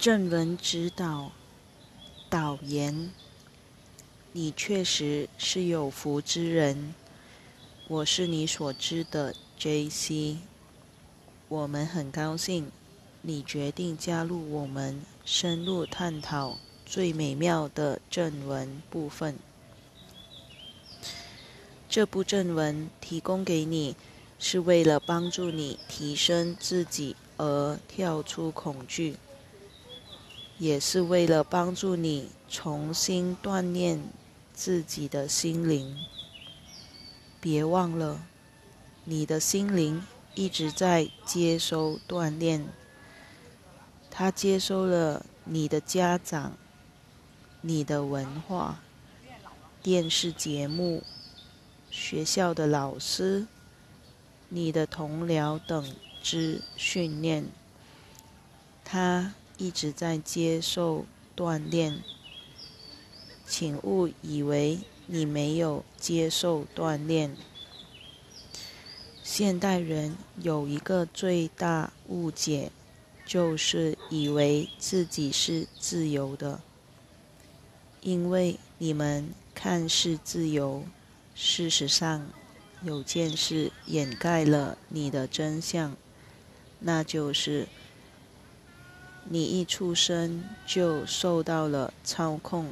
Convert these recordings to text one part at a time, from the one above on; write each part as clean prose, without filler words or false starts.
正文指导导言：你确实是有福之人，我是你所知的 J.C.， 我们很高兴你决定加入我们，深入探讨最美妙的正文部分。这部正文提供给你，是为了帮助你提升自己而跳出恐惧，也是为了帮助你重新锻炼自己的心灵。别忘了，你的心灵一直在接收锻炼，它接收了你的家长、你的文化、电视节目、学校的老师、你的同僚等之训练，它一直在接受锻炼。请勿以为你没有接受锻炼。现代人有一个最大误解，就是以为自己是自由的。因为你们看似自由，事实上有件事掩盖了你的真相，那就是你一出生就受到了操控，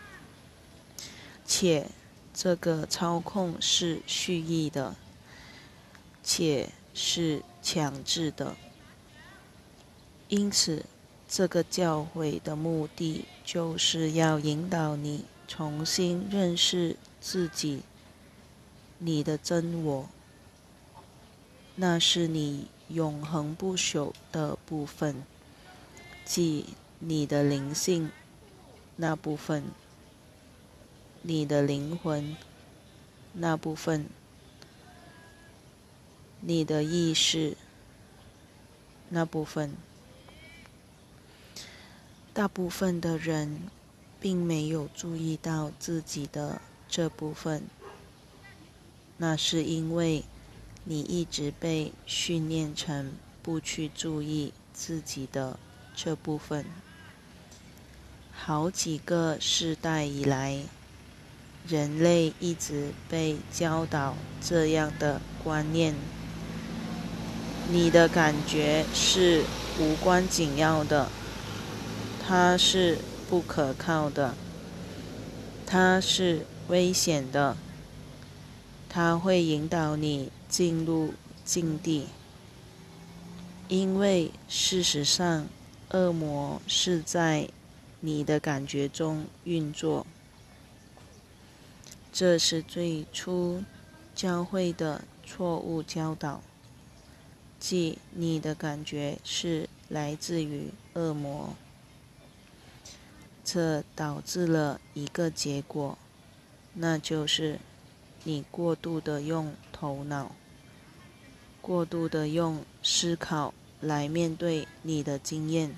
且这个操控是蓄意的，且是强制的。因此，这个教诲的目的就是要引导你重新认识自己，你的真我，那是你永恒不朽的部分，即你的灵性那部分，你的灵魂那部分，你的意识那部分。大部分的人并没有注意到自己的这部分，那是因为你一直被训练成不去注意自己的这部分。好几个世代以来，人类一直被教导这样的观念：你的感觉是无关紧要的，它是不可靠的，它是危险的，它会引导你进入禁地。因为事实上，恶魔是在你的感觉中运作。这是最初教会的错误教导，即你的感觉是来自于恶魔。这导致了一个结果，那就是你过度的用头脑，过度的用思考来面对你的经验。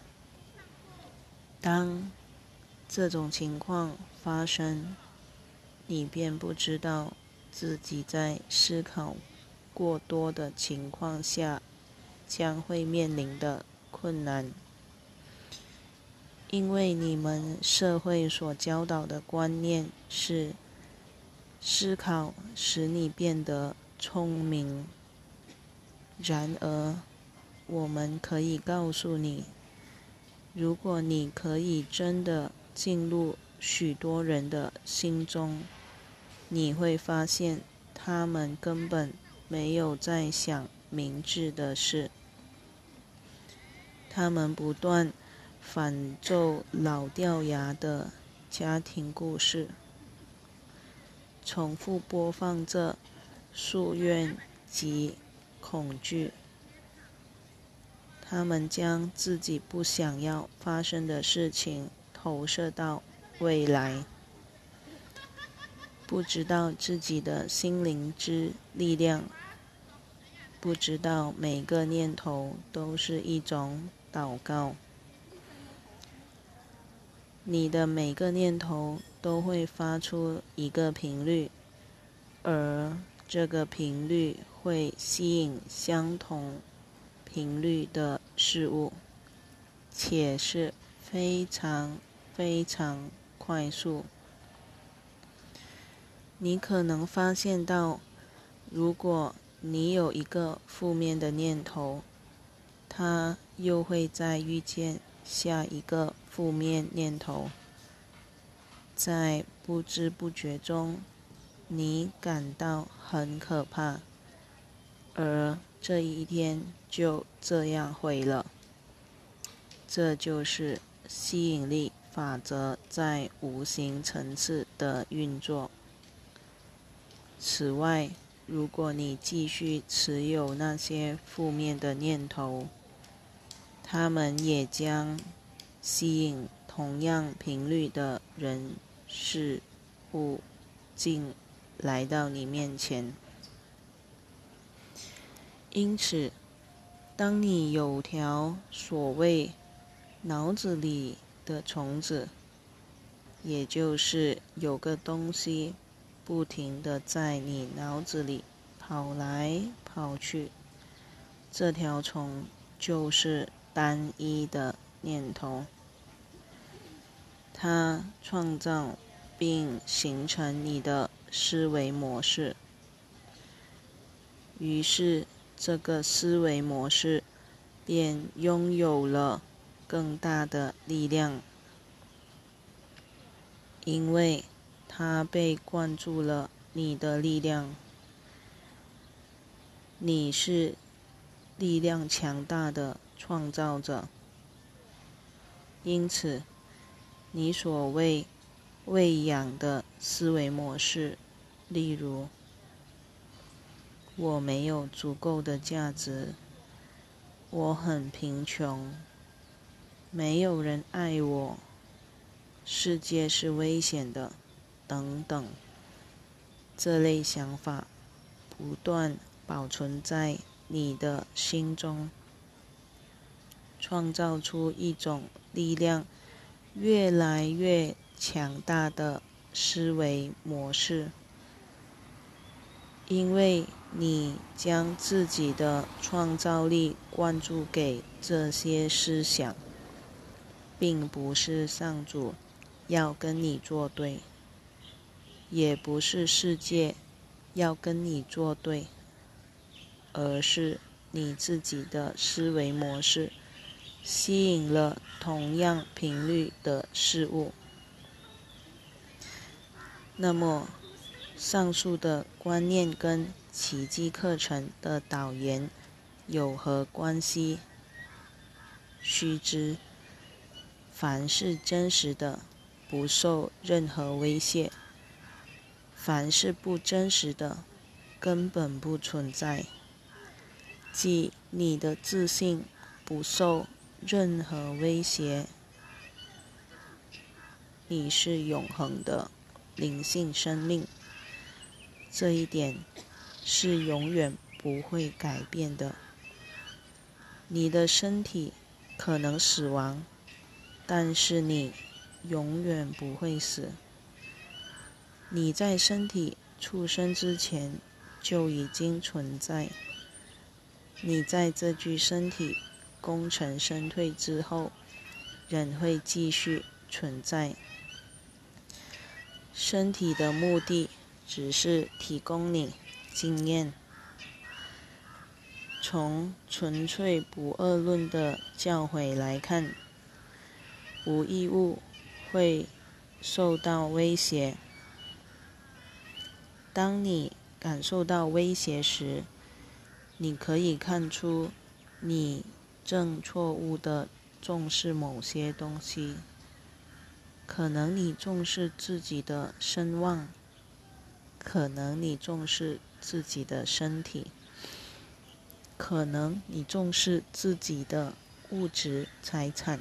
当这种情况发生，你便不知道自己在思考过多的情况下将会面临的困难。因为你们社会所教导的观念是思考使你变得聪明。然而，我们可以告诉你，如果你可以真的进入许多人的心中，你会发现他们根本没有在想明智的事。他们不断反奏老掉牙的家庭故事，重复播放着夙愿及恐惧。他们将自己不想要发生的事情投射到未来，不知道自己的心灵之力量，不知道每个念头都是一种祷告。你的每个念头都会发出一个频率，而这个频率会吸引相同频率的事物，且是非常非常快速。你可能发现到，如果你有一个负面的念头，它又会再遇见下一个负面念头，在不知不觉中，你感到很可怕，而这一天就这样毁了。这就是吸引力法则在无形层次的运作。此外，如果你继续持有那些负面的念头，它们也将吸引同样频率的人事物来到你面前。因此，当你有条所谓脑子里的虫子，也就是有个东西不停地在你脑子里跑来跑去，这条虫就是单一的念头。它创造并形成你的思维模式，于是这个思维模式便拥有了更大的力量，因为它被灌注了你的力量。你是力量强大的创造者，因此你所谓喂养的思维模式，例如我没有足够的价值，我很贫穷，没有人爱我，世界是危险的，等等，这类想法不断保存在你的心中，创造出一种力量越来越强大的思维模式。因为你将自己的创造力灌注给这些思想，并不是上主要跟你作对，也不是世界要跟你作对，而是你自己的思维模式吸引了同样频率的事物。那么上述的观念跟奇迹课程的导言有何关系？须知，凡是真实的，不受任何威胁；凡是不真实的，根本不存在。即你的自信不受任何威胁，你是永恒的灵性生命，这一点是永远不会改变的。你的身体可能死亡，但是你永远不会死。你在身体出生之前就已经存在，你在这具身体功成身退之后仍会继续存在。身体的目的只是提供你经验。从纯粹不二论的教诲来看，无一物会受到威胁。当你感受到威胁时，你可以看出你正错误地重视某些东西。可能你重视自己的声望，可能你重视自己的身体，可能你重视自己的物质财产。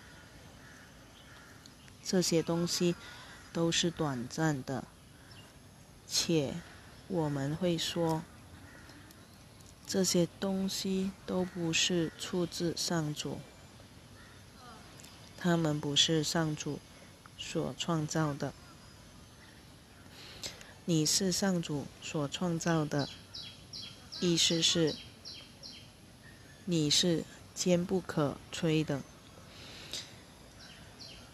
这些东西都是短暂的，且我们会说，这些东西都不是出自上主，它们不是上主所创造的。你是上主所创造的，意思是你是坚不可摧的。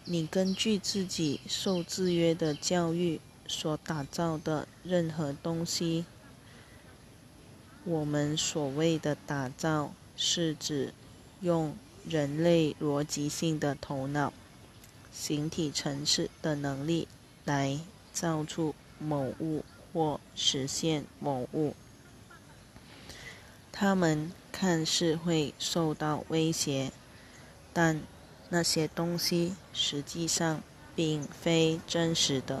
你根据自己受制约的教育所打造的任何东西。我们所谓的打造，是指用人类逻辑性的头脑、形体层次的能力来造出某物或实现某物。它们看似会受到威胁，但那些东西实际上并非真实的。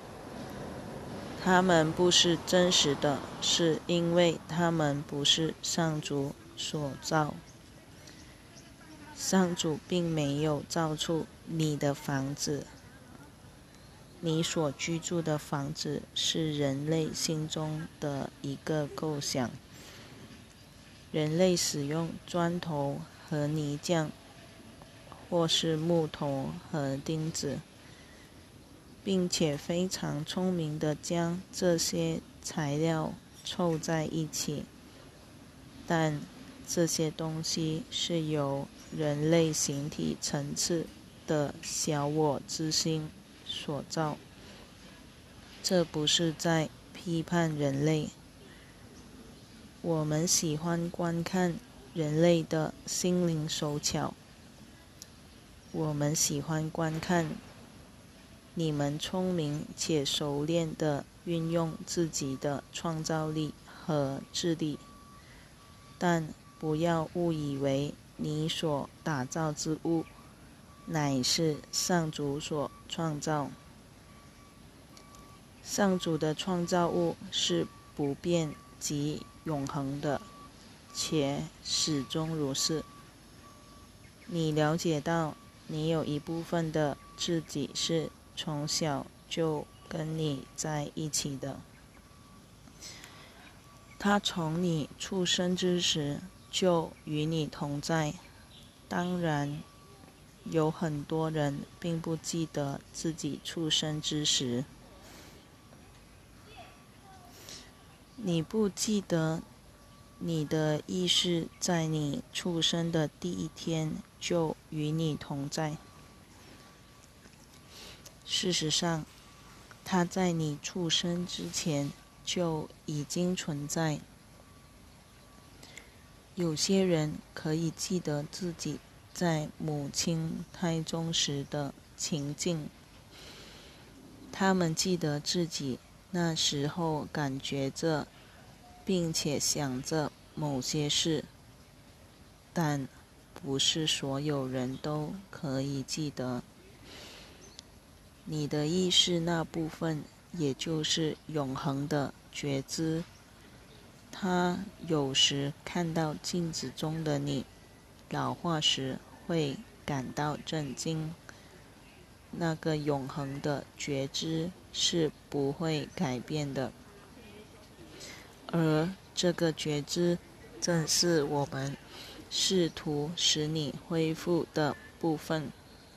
它们不是真实的，是因为它们不是上主所造。上主并没有造出你的房子。你所居住的房子是人类心中的一个构想。人类使用砖头和泥浆，或是木头和钉子，并且非常聪明地将这些材料凑在一起，但这些东西是由人类形体层次的小我之心所造。这不是在批判人类。我们喜欢观看人类的心灵手巧。我们喜欢观看你们聪明且熟练地运用自己的创造力和智力，但不要误以为你所打造之物乃是上主所创造。上主的创造物是不变及永恒的，且始终如是。你了解到你有一部分的自己是从小就跟你在一起的，他从你出生之时就与你同在。当然，有很多人并不记得自己出生之时。你不记得你的意识在你出生的第一天就与你同在。事实上，它在你出生之前就已经存在。有些人可以记得自己在母亲胎中时的情境，他们记得自己那时候感觉着并且想着某些事，但不是所有人都可以记得。你的意识那部分，也就是永恒的觉知，他有时看到镜子中的你老化时会感到震惊。那个永恒的觉知是不会改变的，而这个觉知正是我们试图使你恢复的部分。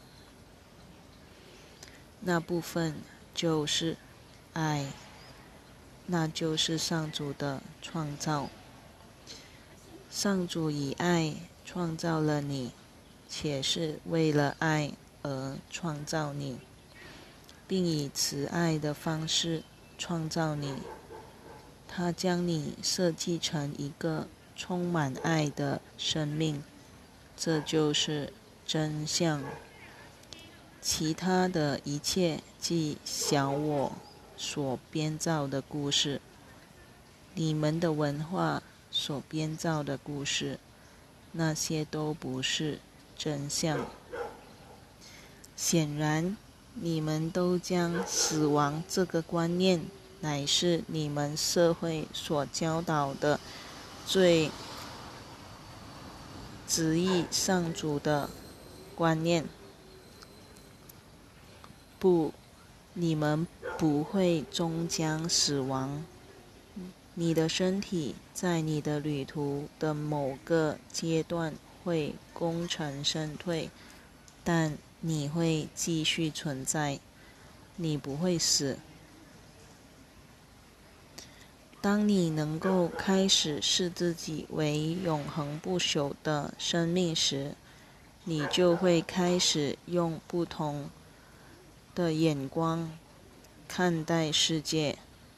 那部分就是爱，那就是上主的创造。上主以爱创造了你，且是为了爱而创造你，并以慈爱的方式创造你。他将你设计成一个充满爱的生命，这就是真相。其他的一切即小我所编造的故事，你们的文化所编造的故事，那些都不是真相。显然，你们都将死亡这个观念乃是你们社会所教导的最直译上主的观念。不，你们不会终将死亡。你的身体在你的旅途的某个阶段会功成身退，但你会继续存在，你不会死。当你能够开始视自己为永恒不朽的生命时， 你就会开始用不同的眼光看待世界，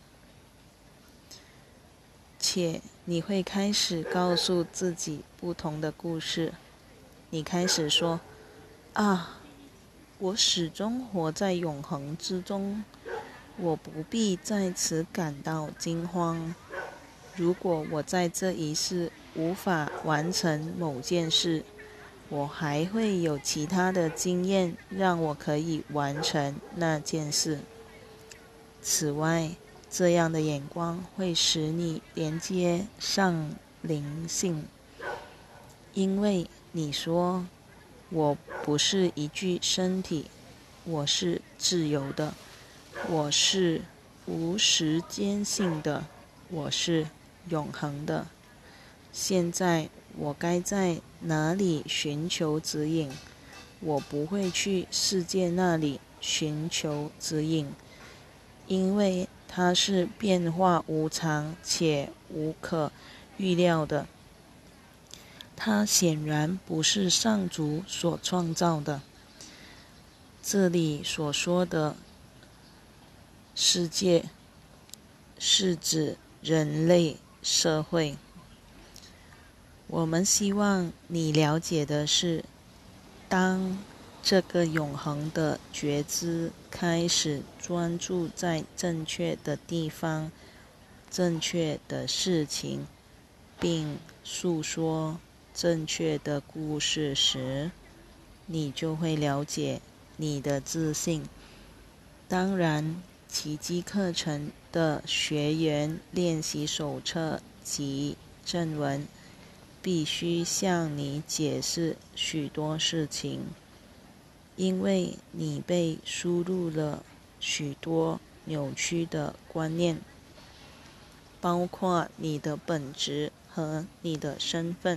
且你会开始告诉自己不同的故事。你开始说：啊，我始终活在永恒之中，我不必在此感到惊慌。如果我在这一世无法完成某件事，我还会有其他的经验让我可以完成那件事。此外，这样的眼光会使你连接上灵性，因为你说，我不是一具身体，我是自由的，我是无时间性的，我是永恒的。现在我该在哪里寻求指引？我不会去世界那里寻求指引，因为它是变化无常且无可预料的。它显然不是上主所创造的。这里所说的世界是指人类社会。我们希望你了解的是，当这个永恒的觉知开始专注在正确的地方、正确的事情，并诉说正确的故事时，你就会了解你的自信。当然，奇迹课程的学员练习手册及正文必须向你解释许多事情，因为你被输入了许多扭曲的观念，包括你的本质和你的身份、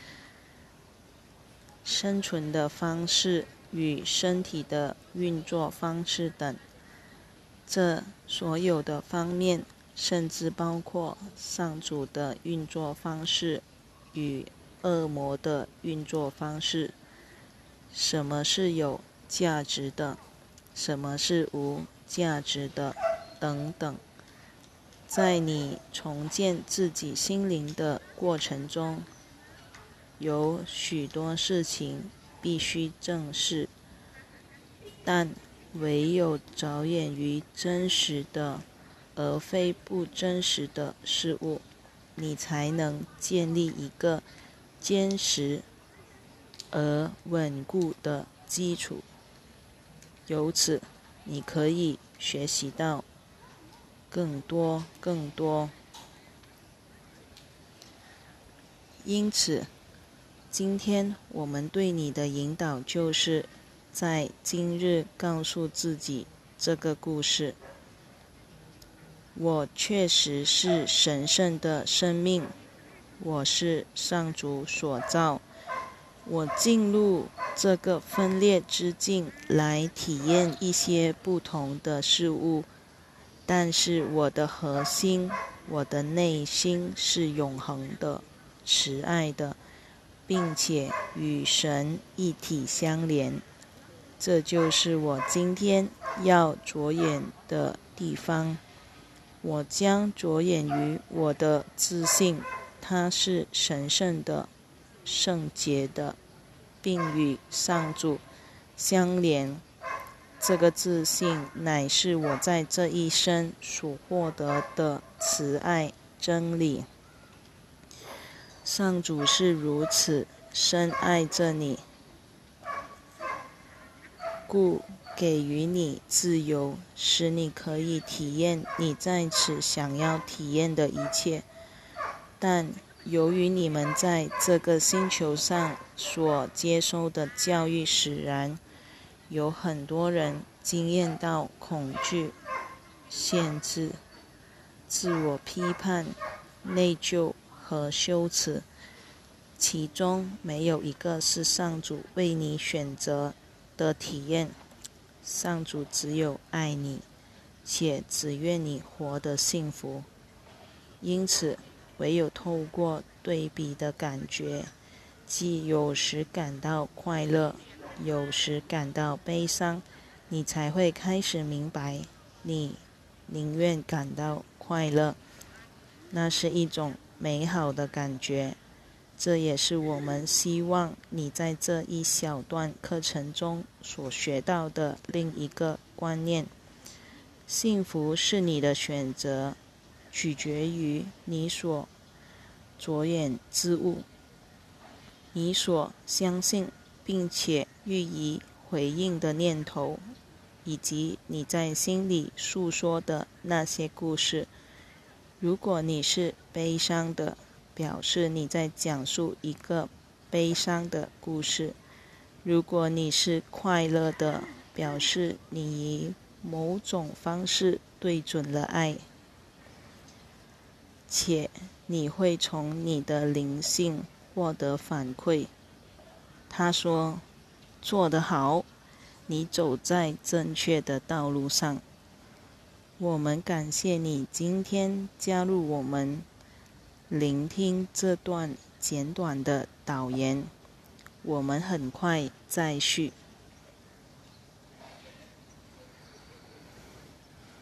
生存的方式与身体的运作方式等。这所有的方面，甚至包括上主的运作方式与恶魔的运作方式，什么是有价值的，什么是无价值的，等等。在你重建自己心灵的过程中，有许多事情必须正视，但唯有着眼于真实的，而非不真实的事物，你才能建立一个坚实而稳固的基础。由此，你可以学习到更多。因此，今天我们对你的引导就是在今日告诉自己这个故事：我确实是神圣的生命，我是上主所造，我进入这个分裂之境来体验一些不同的事物，但是我的核心，我的内心是永恒的、慈爱的，并且与神一体相连。这就是我今天要着眼的地方。我将着眼于我的自信，它是神圣的、圣洁的，并与上主相连。这个自信乃是我在这一生所获得的慈爱真理。上主是如此深爱着你，故给予你自由，使你可以体验你在此想要体验的一切。但由于你们在这个星球上所接收的教育使然，有很多人经验到恐惧、限制、自我批判、内疚和羞耻，其中没有一个是上主为你选择的体验。上主只有爱你，且只愿你活得幸福。因此，唯有透过对比的感觉， 既有时感到快乐，有时感到悲伤，你才会开始明白，你宁愿感到快乐，那是一种美好的感觉。这也是我们希望你在这一小段课程中所学到的另一个观念。幸福是你的选择，取决于你所着眼之物，你所相信并且予以回应的念头，以及你在心里诉说的那些故事。如果你是悲伤的，表示你在讲述一个悲伤的故事；如果你是快乐的，表示你以某种方式对准了爱，且你会从你的灵性获得反馈。他说：做得好，你走在正确的道路上。我们感谢你今天加入我们，聆听这段简短的导言。我们很快再续。